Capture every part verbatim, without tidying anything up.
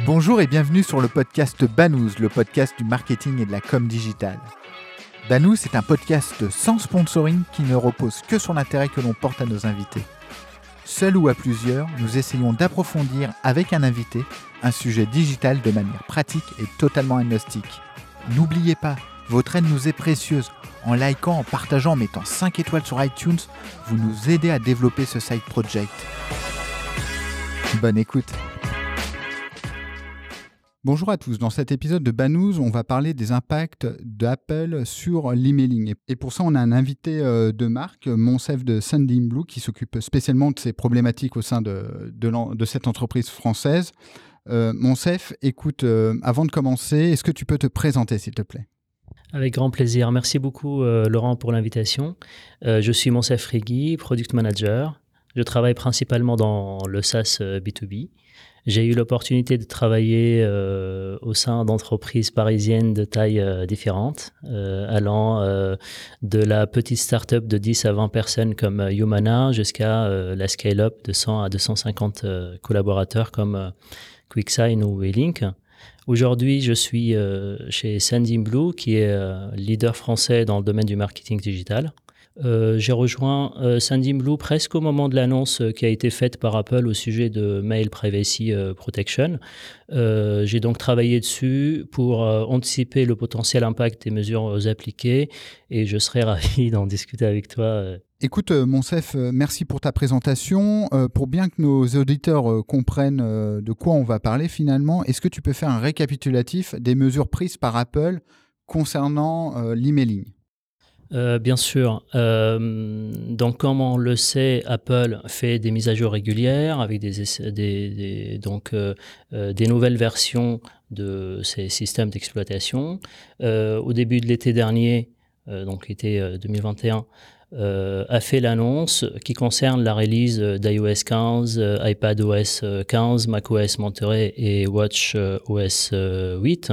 Bonjour et bienvenue sur le podcast Banous, le podcast du marketing et de la com digitale. Banous est un podcast sans sponsoring qui ne repose que sur l'intérêt que l'on porte à nos invités. Seul ou à plusieurs, nous essayons d'approfondir avec un invité un sujet digital de manière pratique et totalement agnostique. N'oubliez pas, votre aide nous est précieuse. En likant, en partageant, en mettant cinq étoiles sur iTunes, vous nous aidez à développer ce side project. Bonne écoute. Bonjour à tous, dans cet épisode de Banous, on va parler des impacts d'Apple sur l'emailing. Et pour ça, on a un invité de marque, Moncef de Sendinblue, qui s'occupe spécialement de ces problématiques au sein de, de, de cette entreprise française. Euh, Moncef, écoute, euh, avant de commencer, est-ce que tu peux te présenter, s'il te plaît ? Avec grand plaisir. Merci beaucoup, euh, Laurent, pour l'invitation. Euh, je suis Moncef Rigui, Product Manager. Je travaille principalement dans le SaaS B deux B. J'ai eu l'opportunité de travailler euh, au sein d'entreprises parisiennes de tailles euh, différentes, euh, allant euh, de la petite start-up de dix à vingt personnes comme euh, Humana jusqu'à euh, la scale-up de cent à deux cent cinquante euh, collaborateurs comme euh, QuickSign ou WeLink. Aujourd'hui, je suis euh, chez Sendinblue, qui est euh, leader français dans le domaine du marketing digital. Euh, j'ai rejoint euh, Sendinblue presque au moment de l'annonce euh, qui a été faite par Apple au sujet de Mail Privacy euh, Protection. Euh, j'ai donc travaillé dessus pour euh, anticiper le potentiel impact des mesures appliquées et je serais ravi d'en discuter avec toi. Euh. Écoute, euh, Moncef, euh, merci pour ta présentation. Euh, pour bien que nos auditeurs euh, comprennent euh, de quoi on va parler finalement, est-ce que tu peux faire un récapitulatif des mesures prises par Apple concernant euh, l'emailing ? Euh, bien sûr. Euh, donc, comme on le sait, Apple fait des mises à jour régulières avec des, des, des, donc, euh, euh, des nouvelles versions de ses systèmes d'exploitation. Euh, au début de l'été dernier, euh, donc l'été deux mille vingt et un, euh, a fait l'annonce qui concerne la release d'iOS quinze, euh, iPadOS quinze, macOS Monterey et watchOS huit.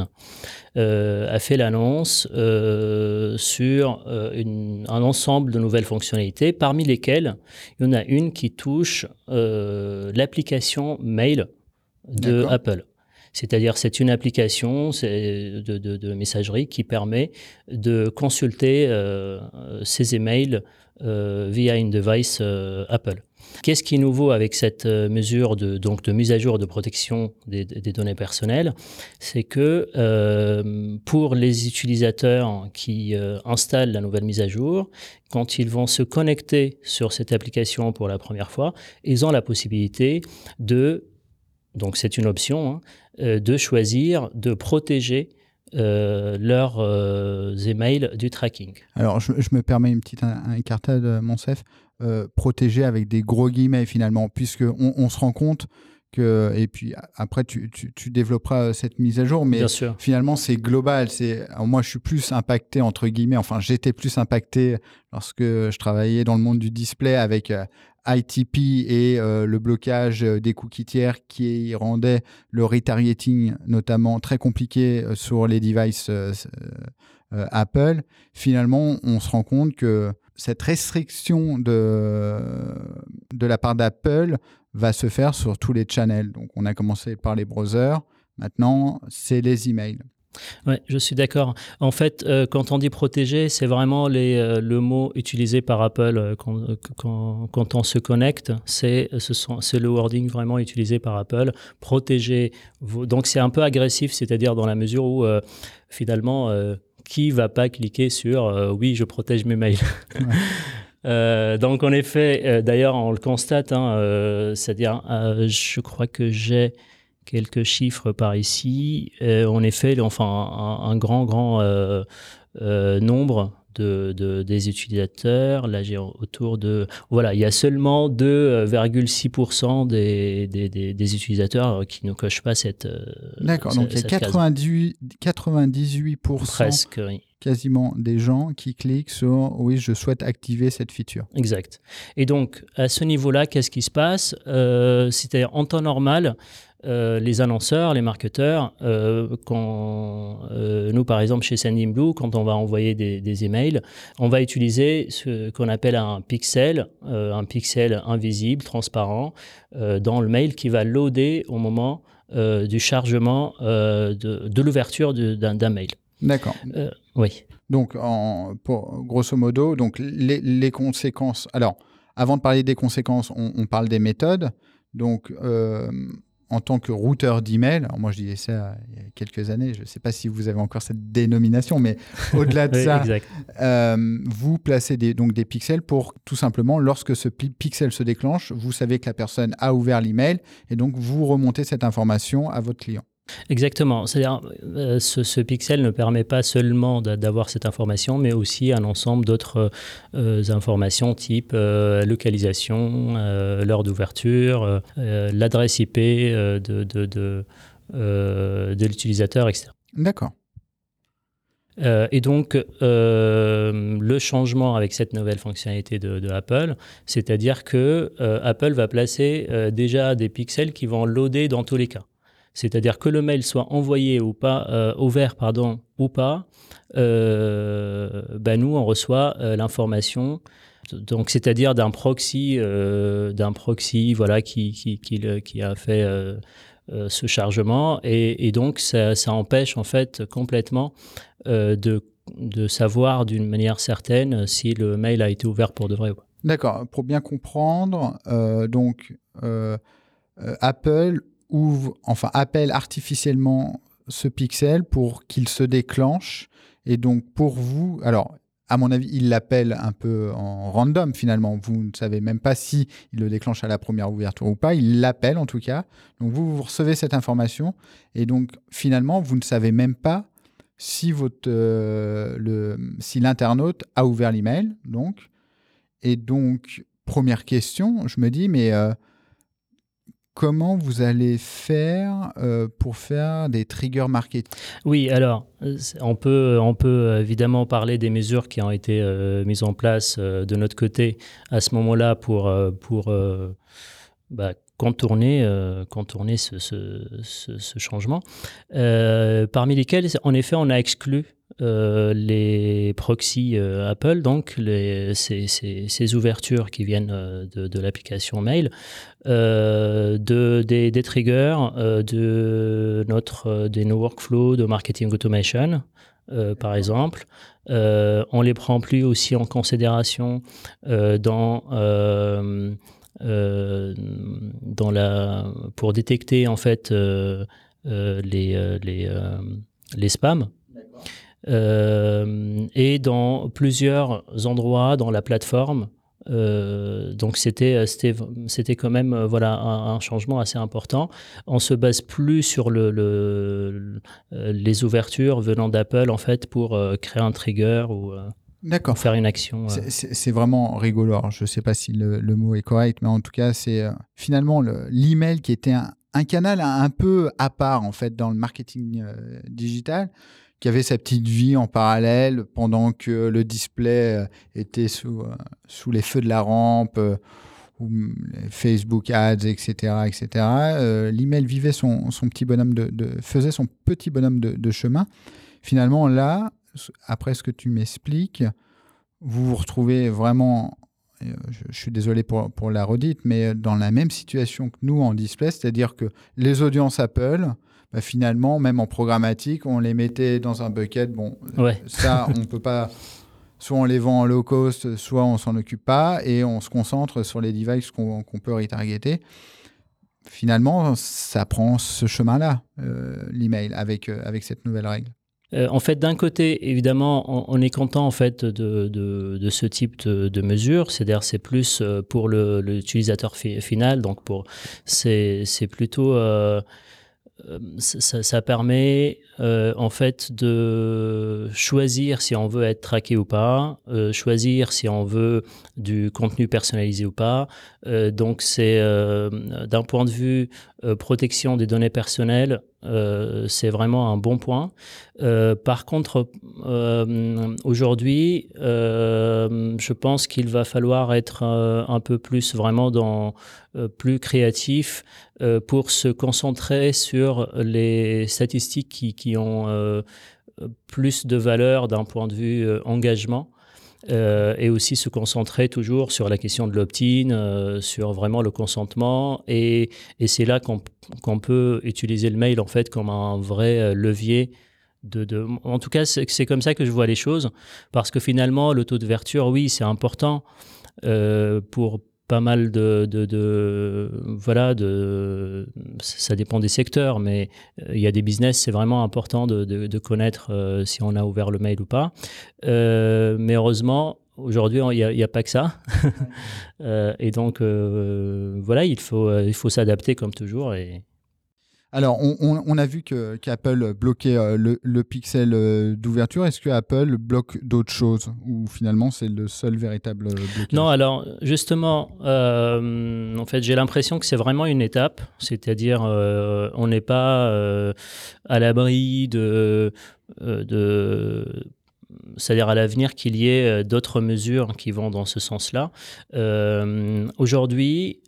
Euh, a fait l'annonce euh, sur euh, une, un ensemble de nouvelles fonctionnalités, parmi lesquelles il y en a une qui touche euh, l'application Mail de D'accord. Apple. C'est-à-dire c'est une application c'est de, de, de messagerie qui permet de consulter euh, ses emails euh, via une device euh, Apple. Qu'est-ce qui est nouveau avec cette mesure de, donc de mise à jour de protection des, des données personnelles ? C'est que euh, pour les utilisateurs qui euh, installent la nouvelle mise à jour, quand ils vont se connecter sur cette application pour la première fois, ils ont la possibilité de, donc c'est une option, hein, euh, de choisir de protéger Euh, leurs euh, emails du tracking. Alors, je, je me permets une petite incartade, Moncef, euh, protégé avec des gros guillemets finalement, puisqu'on on se rend compte que, et puis après tu, tu, tu développeras cette mise à jour, mais Bien sûr. Finalement c'est global. C'est, moi je suis plus impacté entre guillemets, enfin j'étais plus impacté lorsque je travaillais dans le monde du display avec euh, I T P et euh, le blocage des cookies tiers qui rendait le retargeting notamment très compliqué sur les devices euh, euh, Apple. Finalement, on se rend compte que cette restriction de, de la part d'Apple va se faire sur tous les channels. Donc, on a commencé par les browsers. Maintenant, c'est les emails. Oui, je suis d'accord. En fait, euh, quand on dit protéger, c'est vraiment les, euh, le mot utilisé par Apple euh, quand, quand, quand on se connecte. C'est, ce sont, c'est le wording vraiment utilisé par Apple. Protéger. Vos... Donc, c'est un peu agressif, c'est-à-dire dans la mesure où, euh, finalement, euh, qui ne va pas cliquer sur euh, « oui, je protège mes mails ». Ouais. Euh, donc, en effet, euh, d'ailleurs, on le constate, hein, euh, c'est-à-dire, euh, je crois que j'ai quelques chiffres par ici. Euh, en effet, enfin, un, un grand, grand euh, euh, nombre de, de, des utilisateurs. Là, j'ai autour de... Voilà, il y a seulement deux virgule six pour cent des, des, des, des utilisateurs qui ne cochent pas cette D'accord, cette, donc il y a quatre-vingt-dix-huit, quatre-vingt-dix-huit pour cent presque, oui. Quasiment des gens qui cliquent sur « oui, je souhaite activer cette feature ». Exact. Et donc, à ce niveau-là, qu'est-ce qui se passe ? euh, C'est-à-dire, en temps normal, euh, les annonceurs, les marketeurs, euh, quand euh, nous, par exemple, chez Sendinblue, quand on va envoyer des, des emails, on va utiliser ce qu'on appelle un pixel, euh, un pixel invisible, transparent, euh, dans le mail qui va loader au moment euh, du chargement euh, de, de l'ouverture de, d'un, d'un mail. D'accord. Euh, oui. Donc, en, pour, grosso modo, donc les, les conséquences. Alors, avant de parler des conséquences, on, on parle des méthodes. Donc, euh, en tant que routeur d'email, alors moi je disais ça il y a quelques années, je ne sais pas si vous avez encore cette dénomination, mais au-delà de oui, ça, exact. euh, vous placez des, donc des pixels pour tout simplement, lorsque ce pi- pixel se déclenche, vous savez que la personne a ouvert l'email et donc vous remontez cette information à votre client. Exactement. C'est-à-dire, euh, ce, ce pixel ne permet pas seulement d'a- d'avoir cette information, mais aussi un ensemble d'autres euh, informations type euh, localisation, euh, l'heure d'ouverture, euh, euh, l'adresse I P euh, de, de, de, euh, de l'utilisateur, et cetera. D'accord. Euh, et donc, euh, le changement avec cette nouvelle fonctionnalité de, de Apple, c'est-à-dire que euh, Apple va placer euh, déjà des pixels qui vont loader dans tous les cas. C'est-à-dire que le mail soit envoyé ou pas, euh, ouvert pardon, ou pas, euh, ben nous, on reçoit euh, l'information. Donc, c'est-à-dire d'un proxy, euh, d'un proxy voilà, qui, qui, qui, le, qui a fait euh, euh, ce chargement. Et, et donc, ça, ça empêche en fait complètement euh, de, de savoir d'une manière certaine si le mail a été ouvert pour de vrai ou pas. D'accord. Pour bien comprendre, euh, donc euh, euh, Apple ouvre, enfin appelle artificiellement ce pixel pour qu'il se déclenche. Et donc pour vous, alors à mon avis, il l'appelle un peu en random finalement. Vous ne savez même pas si il le déclenche à la première ouverture ou pas. Il l'appelle en tout cas. Donc vous, vous recevez cette information et donc finalement, vous ne savez même pas si votre euh, le si l'internaute a ouvert l'email. Donc et donc première question, je me dis mais euh, comment vous allez faire euh, pour faire des triggers marketing? Oui, alors, euh, c'est- on peut, on peut euh, évidemment parler des mesures qui ont été euh, mises en place euh, de notre côté à ce moment-là pour, euh, pour euh, bah, contourner, euh, contourner ce, ce, ce- ce changement. Euh, parmi lesquels, en effet, on a exclu euh, les proxys euh, Apple, donc les, ces, ces- ces ouvertures qui viennent euh, de, de l'application mail, euh, de, des, des triggers, euh, de notre, euh, des nos workflows de marketing automation, euh, par exemple. Euh, on les prend plus aussi en considération euh, dans euh, euh, dans la pour détecter en fait euh, euh, les euh, les euh, les spams. Euh, et dans plusieurs endroits dans la plateforme. Euh, donc c'était c'était c'était quand même euh, voilà un, un changement assez important. On se base plus sur le, le, le les ouvertures venant d'Apple en fait pour euh, créer un trigger ou, euh, ou D'accord. faire une action. euh. C'est- C'est c'est vraiment rigolo. Alors, je ne sais pas si le, le mot est correct, mais en tout cas, c'est euh, finalement le- l'email qui était un, un canal un, un peu à part en fait dans le marketing euh, digital, qui avait sa petite vie en parallèle pendant que le display euh, était sous, euh, sous les feux de la rampe, euh, ou mm, les Facebook Ads, et cetera, et cetera. Euh, l'email vivait son, son petit bonhomme de, de- faisait son petit bonhomme de, de chemin. Finalement, là, après ce que tu m'expliques, vous vous retrouvez vraiment, euh, je, je suis désolé pour, pour la redite, mais dans la même situation que nous en display, c'est-à-dire que les audiences Apple, bah, finalement, même en programmatique, on les mettait dans un bucket. Bon, Ouais. ça, on peut pas. Soit on les vend en low cost, soit on s'en occupe pas et on se concentre sur les devices qu'on qu'on peut retargeter. Finalement, ça prend ce chemin-là, euh, l'email, avec, euh, avec cette nouvelle règle. Euh, en fait, d'un côté, évidemment, on, on est content en fait de, de, de ce type de, de mesures. C'est-à-dire, c'est plus euh, pour le- l'utilisateur fi- final. Donc, pour c'est c'est plutôt euh, euh, ça, ça permet euh, en fait de choisir si on veut être traqué ou pas, euh, choisir si on veut du contenu personnalisé ou pas. Euh, donc, c'est euh, d'un point de vue euh, protection des données personnelles. euh, c'est vraiment un bon point. Euh, par contre, euh, aujourd'hui, euh, je pense qu'il va falloir être euh, un peu plus vraiment dans, euh, plus créatif euh, pour se concentrer sur les statistiques qui, qui ont euh, plus de valeur d'un point de vue euh, engagement. Euh, et aussi se concentrer toujours sur la question de l'opt-in, euh, sur vraiment le consentement. Et, et c'est là qu'on qu'on peut utiliser le mail en fait comme un vrai levier. De, de, en tout cas, c'est, c'est comme ça que je vois les choses. Parce que finalement, le taux d'ouverture, oui, c'est important euh, pour pas mal de, de, de voilà de ça dépend des secteurs, mais il y a des business, c'est vraiment important de, de, de connaître euh, si on a ouvert le mail ou pas. Euh, mais heureusement, aujourd'hui, il n'y a, y a pas que ça. euh, et donc, euh, voilà, il faut, il faut s'adapter comme toujours. Et... Alors, on, on, on a vu que, qu'Apple bloquait euh, le, le pixel euh, d'ouverture. Est-ce que Apple bloque d'autres choses ou finalement c'est le seul véritable blocage? Non, alors justement, euh, en fait, j'ai l'impression que c'est vraiment une étape. C'est-à-dire, euh, on n'est pas euh, à l'abri de... euh, de c'est-à-dire à l'avenir qu'il y ait d'autres mesures qui vont dans ce sens-là. Euh, aujourd'hui,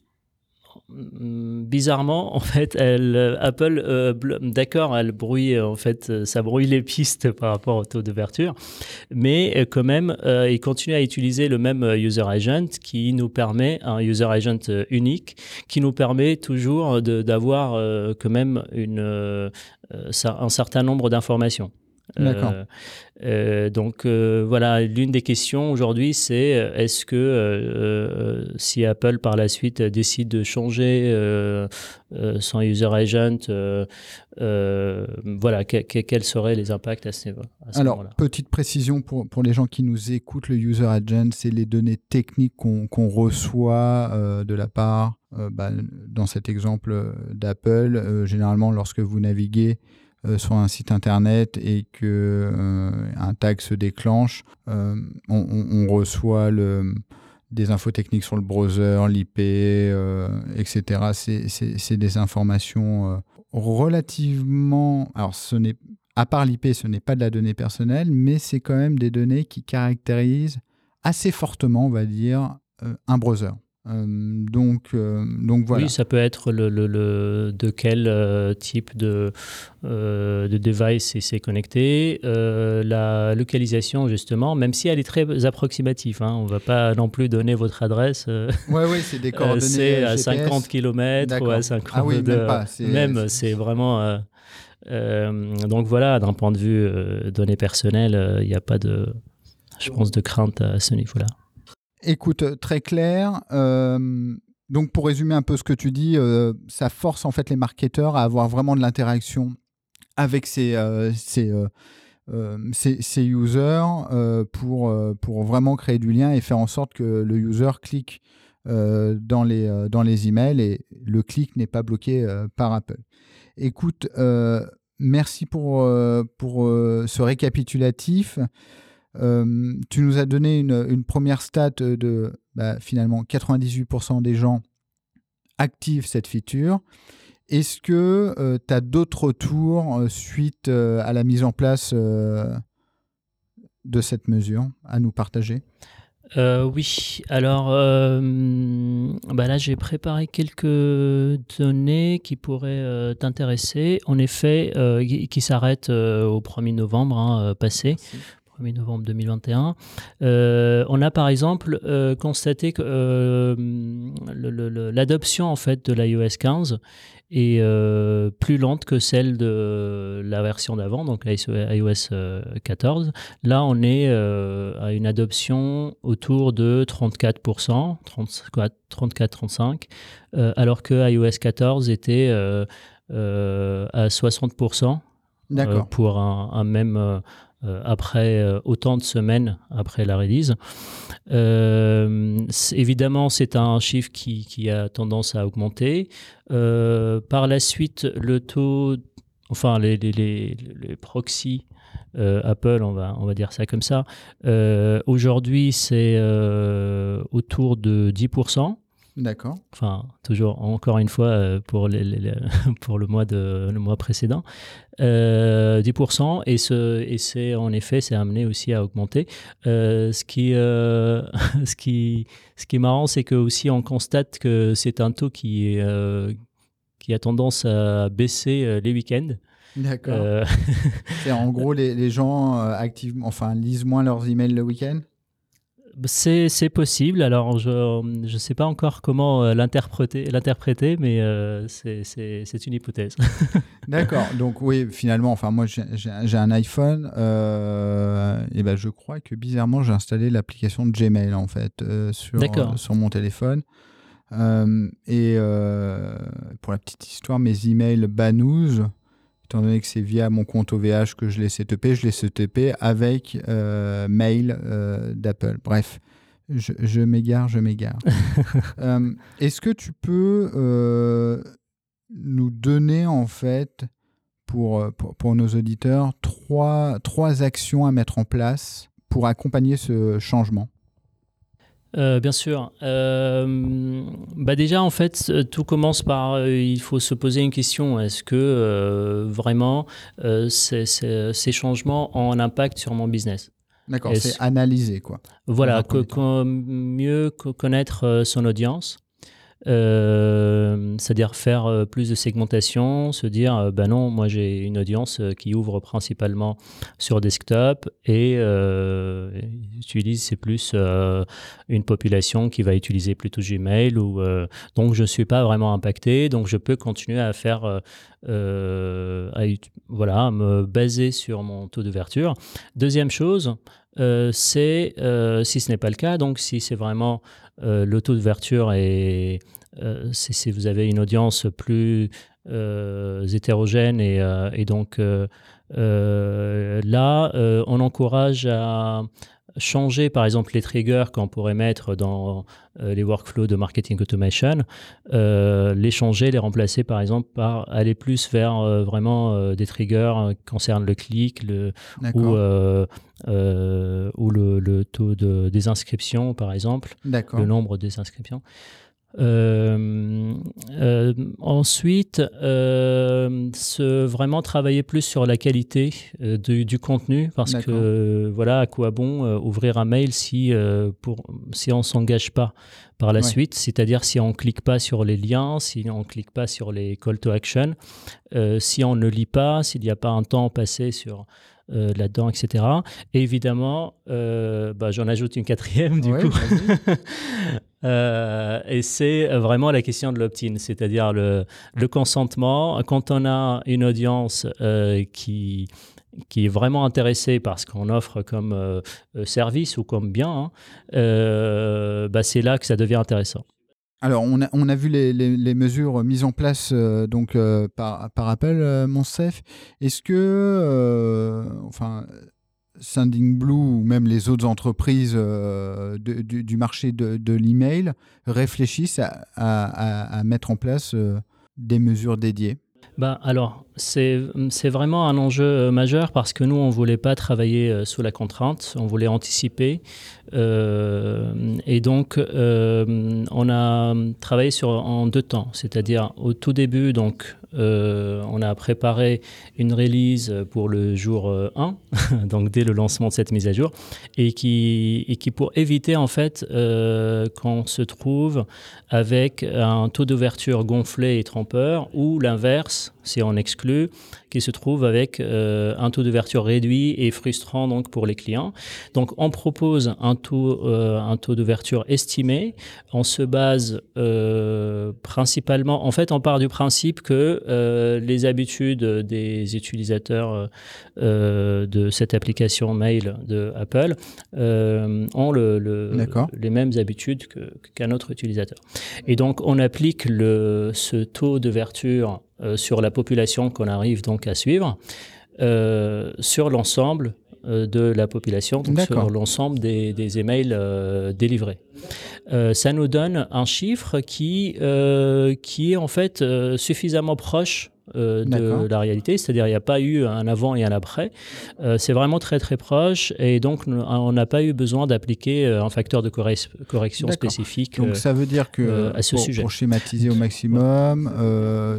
bizarrement, en fait, elle, Apple, euh, d'accord, elle brouille, en fait, ça brouille les pistes par rapport au taux d'ouverture, mais euh, quand même, euh, il continue à utiliser le même user agent qui nous permet, un user agent unique, qui nous permet toujours de, d'avoir euh, quand même une, euh, un certain nombre d'informations. D'accord. Euh, euh, donc euh, voilà, l'une des questions aujourd'hui, c'est est-ce que euh, si Apple par la suite décide de changer euh, euh, son user agent, euh, euh, voilà, que, que, quels seraient les impacts à ce, à ce Alors, moment-là. Petite précision pour, pour les gens qui nous écoutent, le user agent, c'est les données techniques qu'on, qu'on reçoit euh, de la part, euh, bah, dans cet exemple d'Apple, euh, généralement lorsque vous naviguez Euh, sur un site internet et que euh, un tag se déclenche, euh, on, on, on reçoit le, des infos techniques sur le browser, l'I P, euh, et cetera. C'est, c'est, c'est des informations euh, relativement... Alors, ce n'est, à part l'I P, ce n'est pas de la donnée personnelle, mais c'est quand même des données qui caractérisent assez fortement, on va dire, euh, un browser. Euh, donc, euh, donc voilà. Oui, ça peut être le, le, le de quel euh, type de, euh, de device c'est connecté, euh, la localisation justement, même si elle est très approximative. Hein, on ne va pas non plus donner votre adresse. Euh, oui, oui, c'est des coordonnées c'est à G P S. cinquante kilomètres D'accord. ou à cinquante. Ah oui, de, même pas. C'est, même, c'est, c'est vraiment... Euh, euh, donc voilà, d'un point de vue euh, données personnelles, il euh, n'y a pas de, je pense, de crainte à ce niveau-là. Écoute, très clair. Euh, donc, pour résumer un peu ce que tu dis, euh, ça force en fait les marketeurs à avoir vraiment de l'interaction avec ces, euh, ces, euh, euh, ces, ces users euh, pour, euh, pour vraiment créer du lien et faire en sorte que le user clique euh, dans, les, euh, dans les emails et le clic n'est pas bloqué euh, par Apple. Écoute, euh, merci pour, euh, pour euh, ce récapitulatif. Euh, tu nous as donné une, une première stat de bah, finalement quatre-vingt-dix-huit pour cent des gens activent cette feature. Est-ce que euh, tu as d'autres retours euh, suite euh, à la mise en place euh, de cette mesure à nous partager? Euh, oui, alors euh, bah là j'ai préparé quelques données qui pourraient euh, t'intéresser. En effet, euh, qui, qui s'arrêtent euh, au premier novembre hein, passé. Merci. premier novembre deux mille vingt et un. Euh, on a par exemple euh, constaté que euh, le, le, l'adoption en fait de l'iOS quinze est euh, plus lente que celle de la version d'avant, donc iOS quatorze. Là, on est euh, à une adoption autour de trente-quatre pour cent, trente-quatre à trente-cinq, euh, alors que iOS quatorze était euh, euh, à soixante pour cent euh, pour un, un même... Euh, Euh, après euh, autant de semaines après la release. Euh, c'est, évidemment, c'est un chiffre qui, qui a tendance à augmenter. Euh, par la suite, le taux, enfin les, les, les, les proxys euh, Apple, on va, on va dire ça comme ça, euh, aujourd'hui c'est euh, autour de dix pour cent. D'accord. Enfin, toujours, encore une fois, euh, pour, les, les- les- pour le, mois de, le mois précédent. Euh, dix pour cent, et, ce, et c'est en effet, c'est amené aussi à augmenter. Euh, ce, qui, euh, ce, qui, ce qui est marrant, c'est que aussi on constate que c'est un taux qui, est, euh, qui a tendance à baisser euh, les week-ends. D'accord. Euh, C'est en gros les, les gens euh, activement, enfin, lisent moins leurs emails le week-end. C'est, c'est possible. Alors, je ne sais pas encore comment euh, l'interpréter, l'interpréter, mais euh, c'est, c'est, c'est une hypothèse. D'accord. Donc oui, finalement, enfin moi j'ai, j'ai- j'ai un iPhone euh, et ben je crois que bizarrement j'ai installé l'application de Gmail en fait euh, sur euh, D'accord. sur mon téléphone. Euh, et euh, pour la petite histoire, mes emails Banous, étant donné que c'est via mon compte O V H que je les setupé, je les setupé avec euh, mail euh, d'Apple. Bref, je, je m'égare, je m'égare. Euh, est-ce que tu peux euh, nous donner en fait pour, pour, pour nos auditeurs trois, trois actions à mettre en place pour accompagner ce changement? Euh, bien sûr. Euh, bah déjà, en fait, euh, tout commence par, euh, il faut se poser une question. Est-ce que euh, vraiment euh, ces, ces- ces changements ont un impact sur mon business? D'accord, c'est Est-ce, analyser quoi, dans voilà, un que, premier temps. que mieux que connaître euh, son audience. Euh, c'est-à-dire faire euh, plus de segmentation, se dire, euh, ben non, moi j'ai une audience euh, qui ouvre principalement sur desktop et euh, utilise, c'est plus euh, une population qui va utiliser plutôt Gmail, ou, euh, donc je ne suis pas vraiment impacté, donc je peux continuer à faire, euh, euh, à, ut- voilà, à me baser sur mon taux d'ouverture. Deuxième chose, euh, c'est, euh, si ce n'est pas le cas, donc si c'est vraiment euh, le taux d'ouverture est euh, si, si vous avez une audience plus euh, hétérogène, et, euh, et donc euh, euh, là, euh, on encourage à changer par exemple les triggers qu'on pourrait mettre dans euh, les workflows de marketing automation, euh, les changer, les remplacer par exemple par aller plus vers euh, vraiment euh, des triggers euh, qui concernent le clic, le, ou, D'accord, euh, euh, ou le, le taux de désinscription par exemple, le d'accord, nombre des inscriptions. Euh, euh, ensuite, euh, se vraiment travailler plus sur la qualité euh, du, du contenu, parce que d'accord. euh, voilà, à quoi bon euh, ouvrir un mail si, euh, pour, si on ne s'engage pas par la Ouais, suite, c'est-à-dire si on ne clique pas sur les liens, si on ne clique pas sur les call to action, euh, si on ne lit pas, s'il n'y a pas un temps passé sur euh, là-dedans, et cetera. Et évidemment, euh, bah, j'en ajoute une quatrième du ouais, coup. vas-y. Euh, et c'est vraiment la question de l'opt-in, c'est-à-dire le, le consentement. Quand on a une audience euh, qui, qui est vraiment intéressée par ce qu'on offre comme euh, service ou comme bien, hein, euh, bah, c'est là que ça devient intéressant. Alors, on a, on a vu les, les- les mesures mises en place euh, donc, euh, par, par Apple, euh, Monsef. Est-ce que, euh, enfin, Sendinblue ou même les autres entreprises euh, de- du, du marché de, de l'email réfléchissent à, à- à- à mettre en place euh, des mesures dédiées? Bah, alors, c'est, c'est vraiment un enjeu euh, majeur, parce que nous, on ne voulait pas travailler euh, sous la contrainte, on voulait anticiper. Euh, et donc, euh, on a travaillé sur, en deux temps. C'est-à-dire, au tout début, donc, euh, on a préparé une release pour le jour euh, un, donc dès le lancement de cette mise à jour, et qui, et qui pour éviter, en fait, euh, qu'on se trouve avec un taux d'ouverture gonflé et trompeur, ou l'inverse, si on exclut, qui se trouve avec euh, un taux d'ouverture réduit et frustrant donc pour les clients. Donc on propose un taux, euh, un taux d'ouverture estimé. On se base euh, principalement, en fait on part du principe que euh, les habitudes des utilisateurs euh, de cette application mail de Apple euh, ont le, le, D'accord. les mêmes habitudes que, qu'un autre utilisateur. Et donc, on applique le, ce taux d'ouverture euh, sur la population qu'on arrive donc à suivre, euh, sur l'ensemble euh, de la population, donc sur D'accord. l'ensemble des, des emails euh, délivrés. Euh, ça nous donne un chiffre qui, euh, qui est en fait euh, suffisamment proche euh, de D'accord. la réalité, c'est-à-dire il n'y a pas eu un avant et un après. Euh, c'est vraiment très très proche et donc on n'a pas eu besoin d'appliquer euh, un facteur de corre- correction D'accord. spécifique. Donc euh, ça veut dire que euh, à ce pour, sujet. pour schématiser au maximum, euh,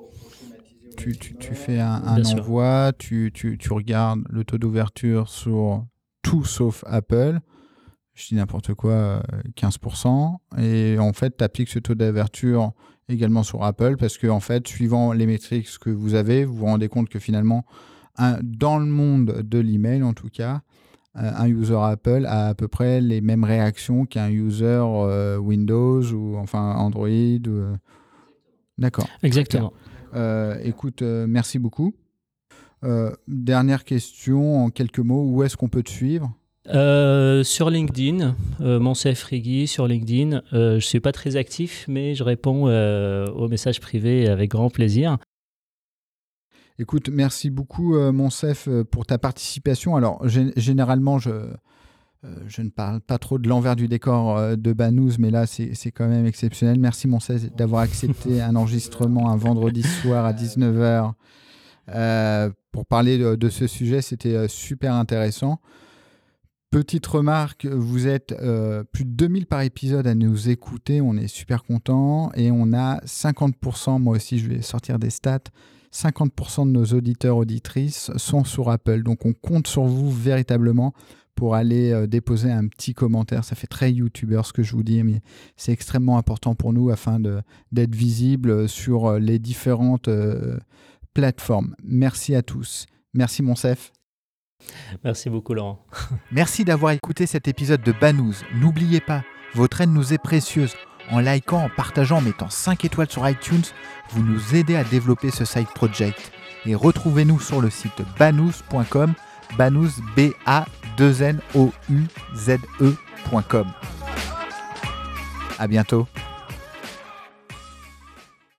tu, tu- tu fais un, un Bien sûr. envoi, tu, tu- tu regardes le taux d'ouverture sur tout sauf Apple, je dis n'importe quoi, euh, quinze pour cent, et en fait tu appliques ce taux d'ouverture également sur Apple parce que en fait, suivant les métriques que vous avez, vous vous rendez compte que finalement, un- dans le monde de l'email en tout cas, euh, un user Apple a à peu près les mêmes réactions qu'un user euh, Windows ou enfin Android. Ou, euh, D'accord. Exactement. Euh, écoute, euh, merci beaucoup. Euh, dernière question en quelques mots, où est-ce qu'on peut te suivre? Euh, sur LinkedIn, euh, Monsef Rigui sur LinkedIn. Euh, je ne suis pas très actif, mais je réponds euh, aux messages privés avec grand plaisir. Écoute, merci beaucoup, euh, Monsef, euh, pour ta participation. Alors, gé- généralement, je, euh, je ne parle pas trop de l'envers du décor euh, de Banous, mais là, c'est c'est quand même exceptionnel. Merci, Monsef, d'avoir accepté un enregistrement un vendredi soir à dix-neuf heures euh, pour parler de, de ce sujet. C'était euh, super intéressant. Petite remarque, vous êtes euh, plus de deux mille par épisode à nous écouter, on est super contents et on a cinquante pour cent, moi aussi je vais sortir des stats, cinquante pour cent de nos auditeurs auditrices sont sur Apple, donc on compte sur vous véritablement pour aller euh, déposer un petit commentaire, ça fait très youtubeur ce que je vous dis, mais c'est extrêmement important pour nous afin de, d'être visible sur les différentes euh, plateformes. Merci à tous, merci Monsef. Merci beaucoup, Laurent. Merci d'avoir écouté cet épisode de Banous. N'oubliez pas, votre aide nous est précieuse. En likant, en partageant, en mettant cinq étoiles sur iTunes, vous nous aidez à développer ce side project. Et retrouvez-nous sur le site banous point com, banous, B A deux N O U Z E point com. À bientôt.